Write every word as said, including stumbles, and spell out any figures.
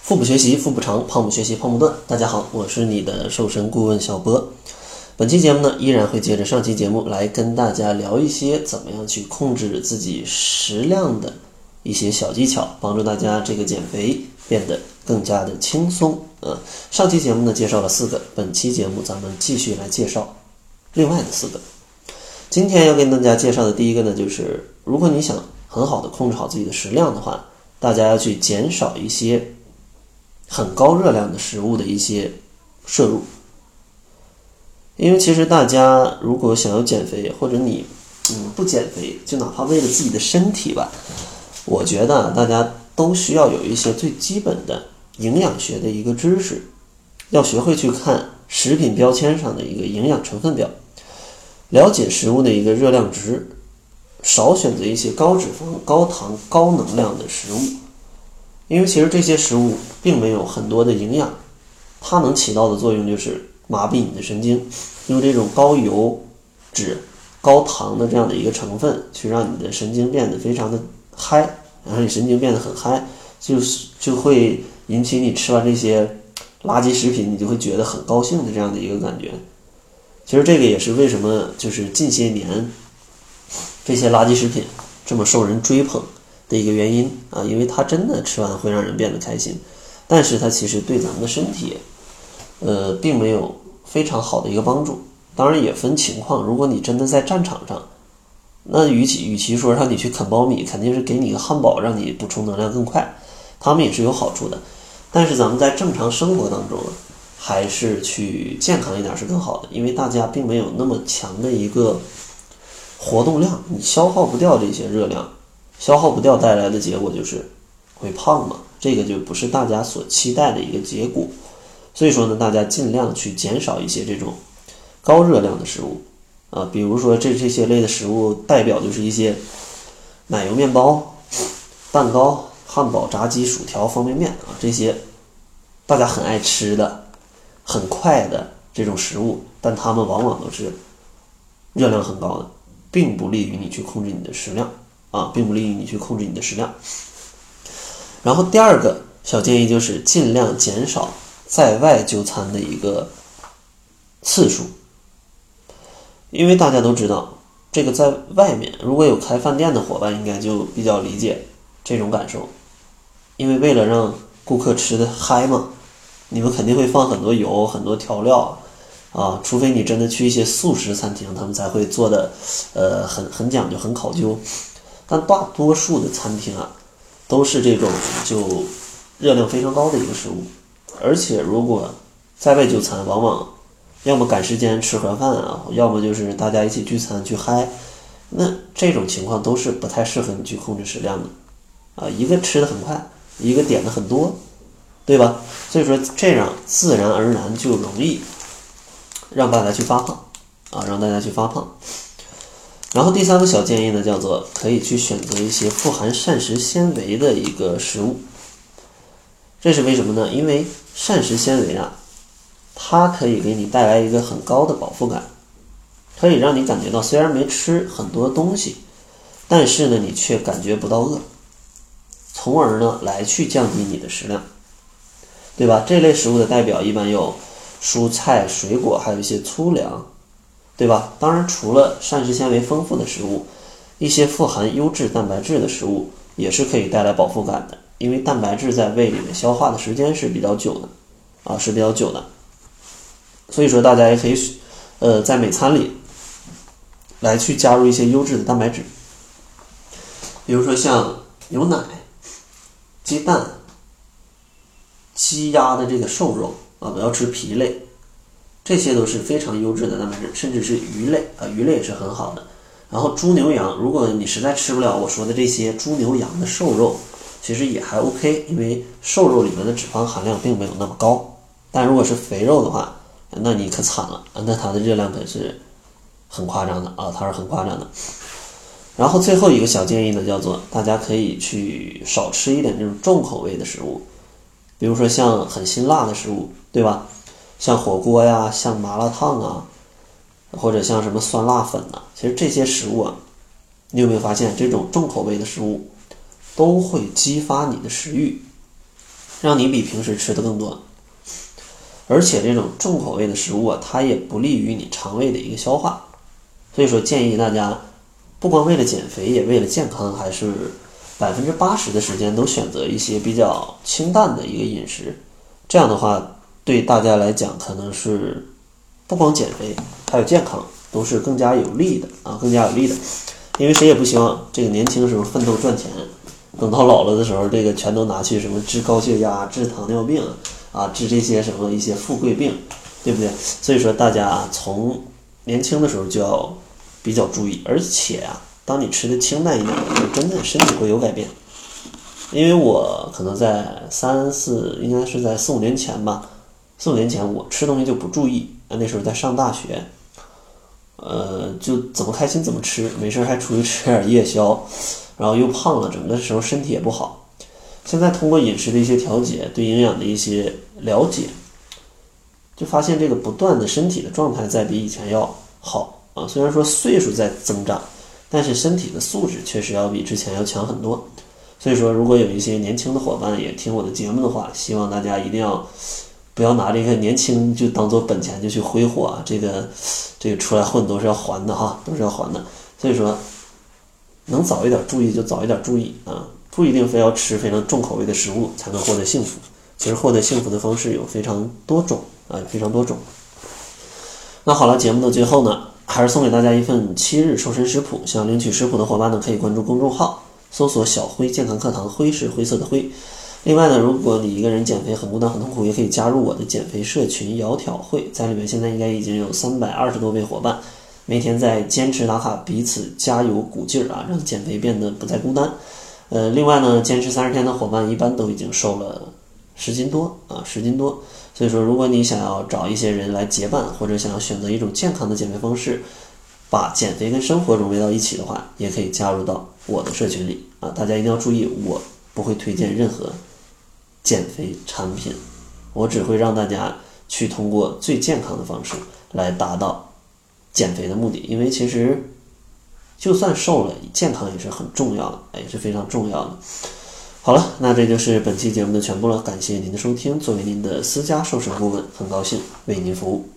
腹部学习腹部长，胖不学习胖不断。大家好，我是你的瘦身顾问小博。本期节目呢，依然会接着上期节目来跟大家聊一些怎么样去控制自己食量的一些小技巧，帮助大家这个减肥变得更加的轻松。呃，上期节目呢介绍了四个，本期节目咱们继续来介绍另外的四个。今天要跟大家介绍的第一个呢，就是如果你想很好的控制好自己的食量的话，大家要去减少一些很高热量的食物的一些摄入。因为其实大家如果想要减肥，或者你嗯不减肥，就哪怕为了自己的身体吧，我觉得大家都需要有一些最基本的营养学的一个知识，要学会去看食品标签上的一个营养成分表，了解食物的一个热量值，少选择一些高脂肪、高糖、高能量的食物。因为其实这些食物并没有很多的营养，它能起到的作用就是麻痹你的神经，用这种高油脂、高糖的这样的一个成分，去让你的神经变得非常的嗨，让你神经变得很嗨，就是就会引起你吃完这些垃圾食品，你就会觉得很高兴的这样的一个感觉。其实这个也是为什么就是近些年这些垃圾食品这么受人追捧的一个原因啊，因为它真的吃完会让人变得开心，但是它其实对咱们的身体呃，并没有非常好的一个帮助。当然也分情况，如果你真的在战场上，那与其与其说让你去啃苞米，肯定是给你一个汉堡让你补充能量更快，他们也是有好处的。但是咱们在正常生活当中啊，还是去健康一点是更好的，因为大家并没有那么强的一个活动量，你消耗不掉这些热量，消耗不掉带来的结果就是会胖嘛，这个就不是大家所期待的一个结果。所以说呢，大家尽量去减少一些这种高热量的食物啊，比如说这这些类的食物代表就是一些奶油面包、蛋糕、汉堡、炸鸡、薯条、方便面啊，这些大家很爱吃的、很快的这种食物，但它们往往都是热量很高的，并不利于你去控制你的食量啊，并不利于你去控制你的食量。然后第二个小建议就是尽量减少在外就餐的一个次数。因为大家都知道这个在外面如果有开饭店的伙伴应该就比较理解这种感受，因为为了让顾客吃的嗨嘛，你们肯定会放很多油很多调料啊，除非你真的去一些素食餐厅，他们才会做的呃很很讲究很考究，但大多数的餐厅啊都是这种就热量非常高的一个食物。而且如果在外就餐，往往要么赶时间吃盒饭啊，要么就是大家一起聚餐去嗨，那这种情况都是不太适合你去控制食量的啊，一个吃的很快，一个点的很多，对吧？所以说这样自然而然就容易让大家去发胖啊，让大家去发胖。然后第三个小建议呢，叫做可以去选择一些富含膳食纤维的一个食物。这是为什么呢？因为膳食纤维啊，它可以给你带来一个很高的饱腹感，可以让你感觉到虽然没吃很多东西，但是呢你却感觉不到饿，从而呢来去降低你的食量，对吧？这类食物的代表一般有蔬菜、水果，还有一些粗粮，对吧？当然除了膳食纤维丰富的食物，一些富含优质蛋白质的食物也是可以带来饱腹感的，因为蛋白质在胃里面消化的时间是比较久的啊，是比较久的。所以说大家也可以呃在每餐里来去加入一些优质的蛋白质，比如说像牛奶、鸡蛋、鸡鸭的这个瘦肉啊，不要吃皮类，这些都是非常优质的蛋白质，甚至是鱼类啊，鱼类也是很好的。然后猪牛羊，如果你实在吃不了我说的这些猪牛羊的瘦肉，其实也还 OK， 因为瘦肉里面的脂肪含量并没有那么高。但如果是肥肉的话，那你可惨了，那它的热量可是很夸张的啊，它是很夸张的。然后最后一个小建议呢，叫做大家可以去少吃一点这种重口味的食物，比如说像很辛辣的食物，对吧？像火锅呀，像麻辣烫啊，或者像什么酸辣粉啊，其实这些食物啊，你有没有发现这种重口味的食物都会激发你的食欲， 让你比平时吃的更多。而且这种重口味的食物啊，它也不利于你肠胃的一个消化。所以说建议大家不光为了减肥，也为了健康，还是百分之八十的时间都选择一些比较清淡的一个饮食。这样的话对大家来讲可能是不光减肥还有健康都是更加有利的啊，更加有利的。因为谁也不希望这个年轻的时候奋斗赚钱，等到老了的时候这个全都拿去什么治高血压、治糖尿病啊，治这些什么一些富贵病，对不对？所以说大家从年轻的时候就要比较注意。而且啊，当你吃的清淡一点，真的身体会有改变。因为我可能在三四应该是在四五年前吧，四五年前我吃东西就不注意，那时候在上大学，呃，就怎么开心怎么吃，没事还出去吃点夜宵，然后又胖了，整个时候身体也不好。现在通过饮食的一些调节，对营养的一些了解，就发现这个不断的身体的状态在比以前要好啊。虽然说岁数在增长，但是身体的素质确实要比之前要强很多。所以说如果有一些年轻的伙伴也听我的节目的话，希望大家一定要不要拿这个年轻就当做本钱就去挥霍啊，这个这个出来混都是要还的哈，都是要还的。所以说能早一点注意就早一点注意啊，不一定非要吃非常重口味的食物才能获得幸福。其实获得幸福的方式有非常多种啊，非常多种。那好了，节目的最后呢，还是送给大家一份七日瘦身食谱。想领取食谱的伙伴呢，可以关注公众号，搜索小辉健康课堂，辉是灰色的灰。另外呢，如果你一个人减肥很孤单很痛苦，也可以加入我的减肥社群窈窕会，在里面现在应该已经有三百二十多位伙伴，每天在坚持打卡，彼此加油鼓劲儿啊，让减肥变得不再孤单。呃，另外呢，坚持三十天的伙伴一般都已经瘦了十斤多啊，十斤多。所以说，如果你想要找一些人来结伴，或者想要选择一种健康的减肥方式，把减肥跟生活融为到一起的话，也可以加入到我的社群里啊。大家一定要注意，我不会推荐任何减肥产品，我只会让大家去通过最健康的方式来达到减肥的目的。因为其实就算瘦了，健康也是很重要的，也是非常重要的。好了，那这就是本期节目的全部了，感谢您的收听。作为您的私家瘦身顾问，很高兴为您服务。